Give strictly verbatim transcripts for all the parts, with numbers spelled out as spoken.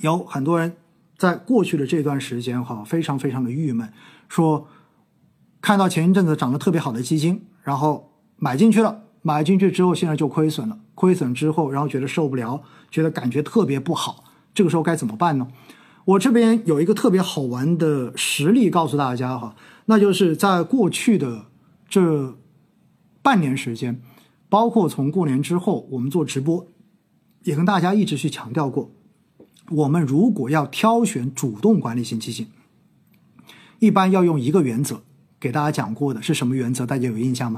有很多人在过去的这段时间哈，非常非常的郁闷，说看到前一阵子涨得特别好的基金，然后买进去了，买进去之后现在就亏损了，亏损之后然后觉得受不了，觉得感觉特别不好，这个时候该怎么办呢？我这边有一个特别好玩的实例告诉大家哈，那就是在过去的这半年时间，包括从过年之后我们做直播也跟大家一直去强调过，我们如果要挑选主动管理型基金，一般要用一个原则，给大家讲过的是什么原则？大家有印象吗？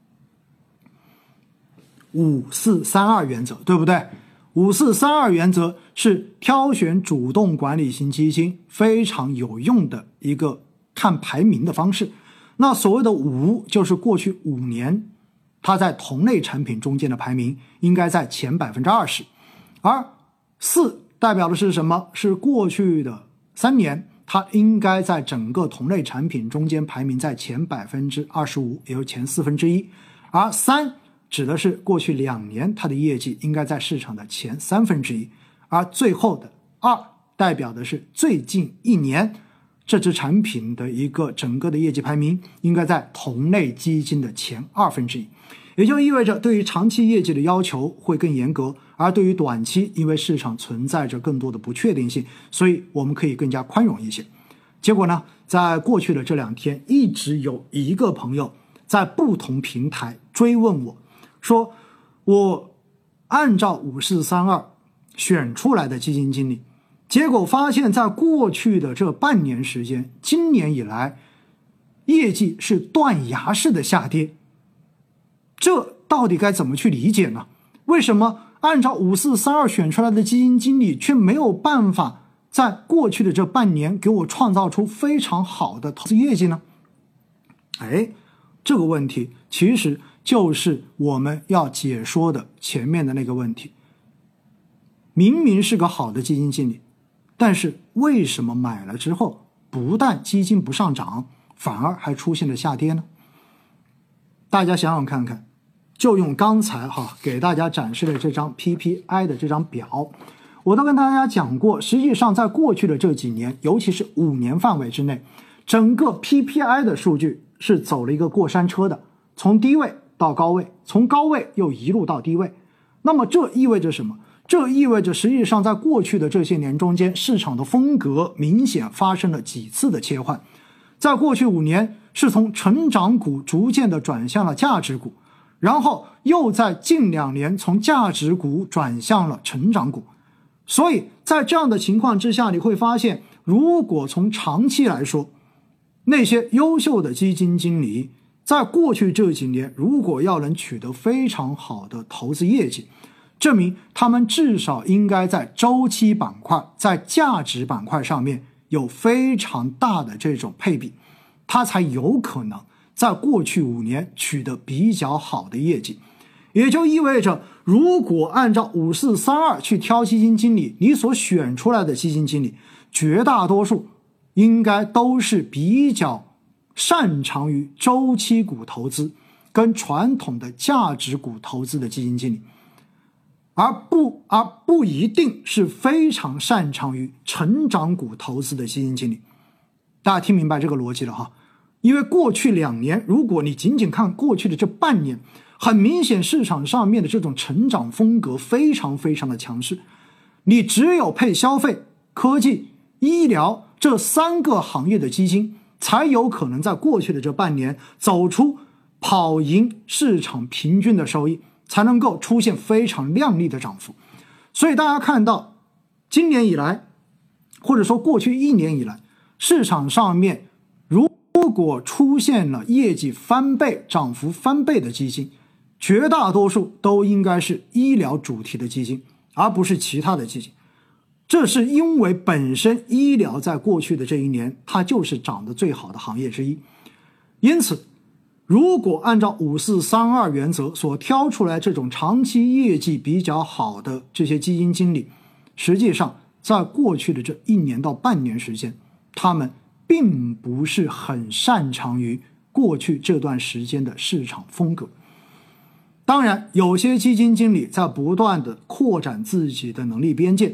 五四三二原则，对不对？五四三二原则是挑选主动管理型基金非常有用的一个看排名的方式。那所谓的五就是过去五年它在同类产品中间的排名应该在前 百分之二十， 而四代表的是什么？是过去的三年它应该在整个同类产品中间排名在前 百分之二十五， 也就是前四分之一，而三指的是过去两年它的业绩应该在市场的前三分之一，而最后的二代表的是最近一年这只产品的一个整个的业绩排名应该在同类基金的前二分之一，也就意味着对于长期业绩的要求会更严格，而对于短期因为市场存在着更多的不确定性，所以我们可以更加宽容一些。结果呢，在过去的这两天一直有一个朋友在不同平台追问我，说我按照五四三二选出来的基金经理，结果发现在过去的这半年时间，今年以来业绩是断崖式的下跌，这到底该怎么去理解呢？为什么按照五四三二选出来的基金经理却没有办法在过去的这半年给我创造出非常好的投资业绩呢？哎，这个问题其实就是我们要解说的前面的那个问题。明明是个好的基金经理，但是为什么买了之后不但基金不上涨，反而还出现了下跌呢？大家想想看看，就用刚才哈给大家展示的这张 P P I 的这张表，我都跟大家讲过，实际上在过去的这几年，尤其是五年范围之内，整个 P P I 的数据是走了一个过山车的，从低位到高位，从高位又一路到低位。那么这意味着什么？这意味着实际上在过去的这些年中间，市场的风格明显发生了几次的切换。在过去五年是从成长股逐渐的转向了价值股，然后又在近两年从价值股转向了成长股。所以在这样的情况之下，你会发现，如果从长期来说，那些优秀的基金经理在过去这几年如果要能取得非常好的投资业绩，证明他们至少应该在周期板块，在价值板块上面有非常大的这种配比，他才有可能在过去五年取得比较好的业绩。也就意味着，如果按照五四三二去挑基金经理，你所选出来的基金经理绝大多数应该都是比较擅长于周期股投资跟传统的价值股投资的基金经理，而不而不一定是非常擅长于成长股投资的基金经理。大家听明白这个逻辑了哈？因为过去两年，如果你仅仅看过去的这半年，很明显市场上面的这种成长风格非常非常的强势，你只有配消费、科技、医疗这三个行业的基金，才有可能在过去的这半年走出跑赢市场平均的收益，才能够出现非常亮丽的涨幅。所以大家看到今年以来，或者说过去一年以来，市场上面如果出现了业绩翻倍、涨幅翻倍的基金，绝大多数都应该是医疗主题的基金，而不是其他的基金。这是因为本身医疗在过去的这一年，它就是涨得最好的行业之一。因此，如果按照五四三二原则所挑出来这种长期业绩比较好的这些基金经理，实际上在过去的这一年到半年时间，他们并不是很擅长于过去这段时间的市场风格。当然，有些基金经理在不断的扩展自己的能力边界，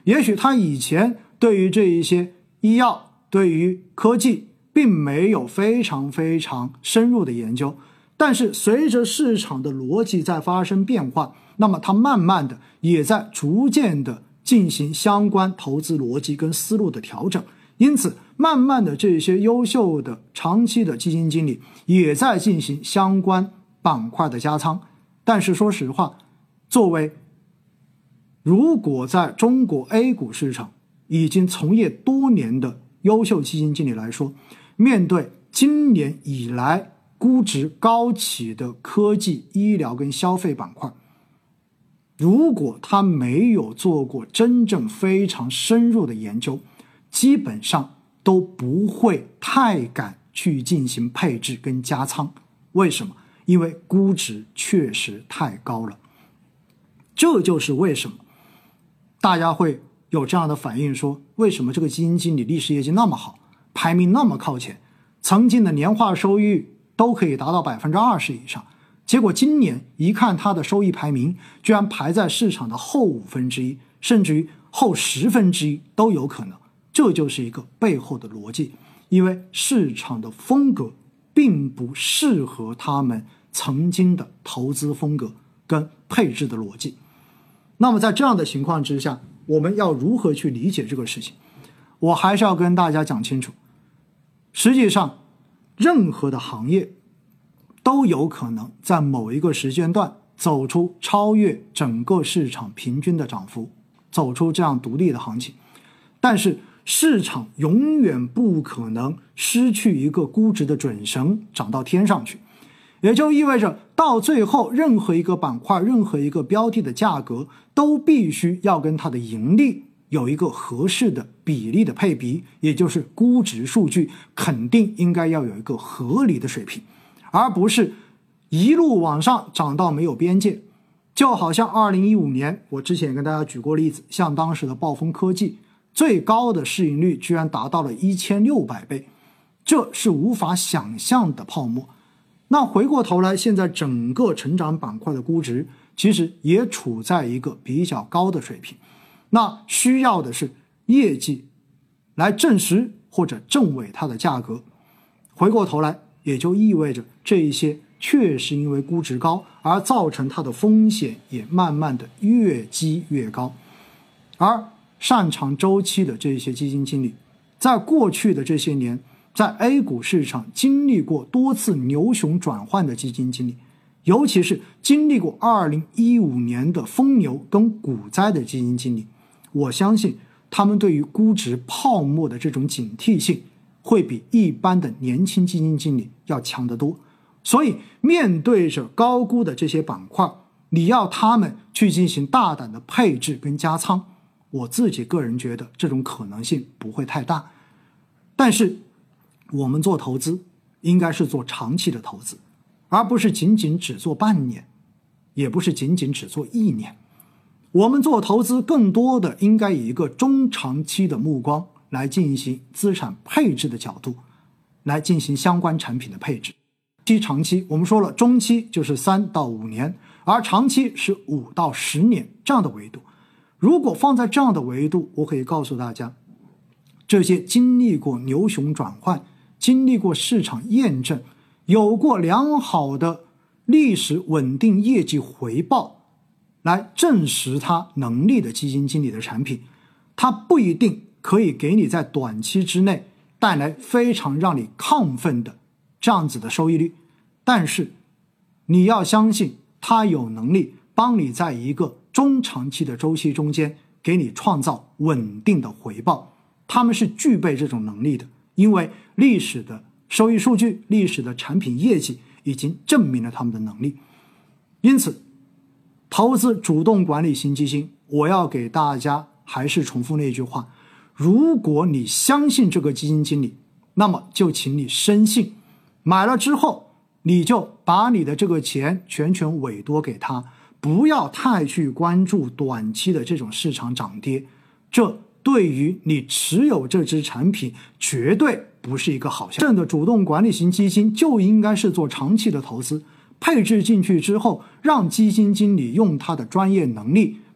也许他以前对于这一些医药、对于科技并没有非常非常深入的研究，但是随着市场的逻辑在发生变化，那么他慢慢的也在逐渐的进行相关投资逻辑跟思路的调整。因此慢慢的这些优秀的长期的基金经理也在进行相关板块的加仓。但是说实话，作为如果在中国 A 股市场已经从业多年的优秀基金经理来说，面对今年以来估值高企的科技、医疗跟消费板块，如果他没有做过真正非常深入的研究，基本上都不会太敢去进行配置跟加仓。为什么？因为估值确实太高了。这就是为什么大家会有这样的反应，说为什么这个基金经理历史业绩那么好，排名那么靠前，曾经的年化收益率都可以达到 百分之二十 以上，结果今年一看他的收益排名居然排在市场的后五分之一，甚至于后十分之一都有可能。这就是一个背后的逻辑，因为市场的风格并不适合他们曾经的投资风格跟配置的逻辑。那么在这样的情况之下，我们要如何去理解这个事情？我还是要跟大家讲清楚，实际上任何的行业都有可能在某一个时间段走出超越整个市场平均的涨幅，走出这样独立的行情。但是市场永远不可能失去一个估值的准绳涨到天上去，也就意味着到最后任何一个板块、任何一个标的的价格都必须要跟它的盈利有一个合适的比例的配比，也就是估值数据肯定应该要有一个合理的水平，而不是一路往上涨到没有边界。就好像二零一五年我之前跟大家举过例子，像当时的暴风科技最高的市盈率居然达到了一千六百倍，这是无法想象的泡沫。那回过头来，现在整个成长板块的估值其实也处在一个比较高的水平，那需要的是业绩来证实或者证伪它的价格。回过头来，也就意味着这一些确实因为估值高而造成它的风险也慢慢的越积越高。而擅长周期的这些基金经理，在过去的这些年，在 A 股市场经历过多次牛熊转换的基金经理，尤其是经历过二零一五年的疯牛跟股灾的基金经理，我相信他们对于估值泡沫的这种警惕性会比一般的年轻基金经理要强得多。所以面对着高估的这些板块，你要他们去进行大胆的配置跟加仓，我自己个人觉得这种可能性不会太大。但是我们做投资应该是做长期的投资，而不是仅仅只做半年，也不是仅仅只做一年。我们做投资更多的应该以一个中长期的目光来进行资产配置的角度来进行相关产品的配置。期长期我们说了，中期就是三到五年，而长期是五到十年这样的维度。如果放在这样的维度，我可以告诉大家，这些经历过牛熊转换、经历过市场验证、有过良好的历史稳定业绩回报来证实它能力的基金经理的产品，它不一定可以给你在短期之内带来非常让你亢奋的这样子的收益率，但是你要相信它有能力帮你在一个中长期的周期中间给你创造稳定的回报。他们是具备这种能力的，因为历史的收益数据、历史的产品业绩已经证明了他们的能力。因此投资主动管理型基金，我要给大家还是重复那句话，如果你相信这个基金经理，那么就请你深信，买了之后你就把你的这个钱全权委托给他，不要太去关注短期的这种市场涨跌，这对于你持有这支产品绝对不是一个好项目。真正的主动管理型基金就应该是做长期的投资，配置进去之后，让基金经理用他的专业能力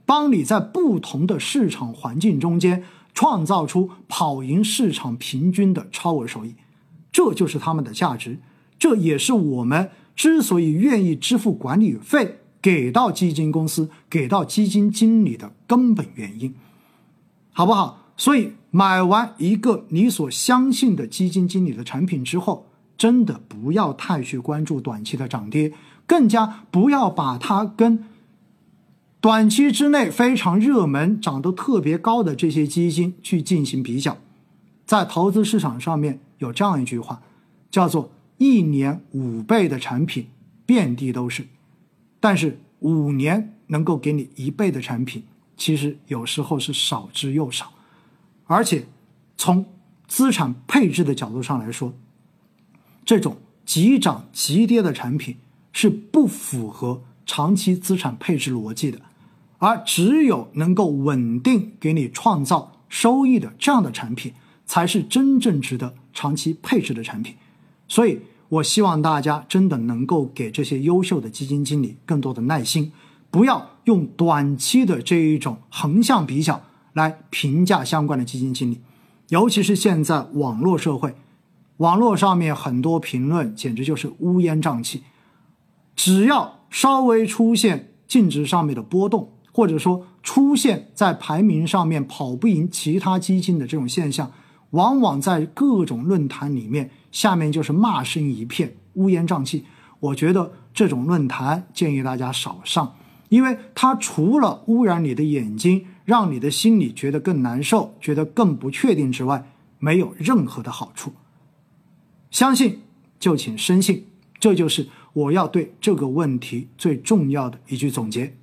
帮你在不同的市场环境中间创造出跑赢市场平均的超额收益，这就是他们的价值，这也是我们之所以愿意支付管理费给到基金公司、给到基金经理的根本原因，好不好？所以买完一个你所相信的基金经理的产品之后，真的不要太去关注短期的涨跌，更加不要把它跟短期之内非常热门、涨得特别高的这些基金去进行比较。在投资市场上面有这样一句话，叫做一年五倍的产品遍地都是，但是五年能够给你一倍的产品，其实有时候是少之又少。而且从资产配置的角度上来说，这种急涨急跌的产品是不符合长期资产配置逻辑的，而只有能够稳定给你创造收益的这样的产品，才是真正值得长期配置的产品。所以我希望大家真的能够给这些优秀的基金经理更多的耐心，不要用短期的这一种横向比较来评价相关的基金经理。尤其是现在网络社会，网络上面很多评论简直就是乌烟瘴气，只要稍微出现净值上面的波动，或者说出现在排名上面跑不赢其他基金的这种现象，往往在各种论坛里面下面就是骂声一片，乌烟瘴气。我觉得这种论坛建议大家少上，因为它除了污染你的眼睛，让你的心里觉得更难受，觉得更不确定之外，没有任何的好处。相信就请深信，这就是我要对这个问题最重要的一句总结。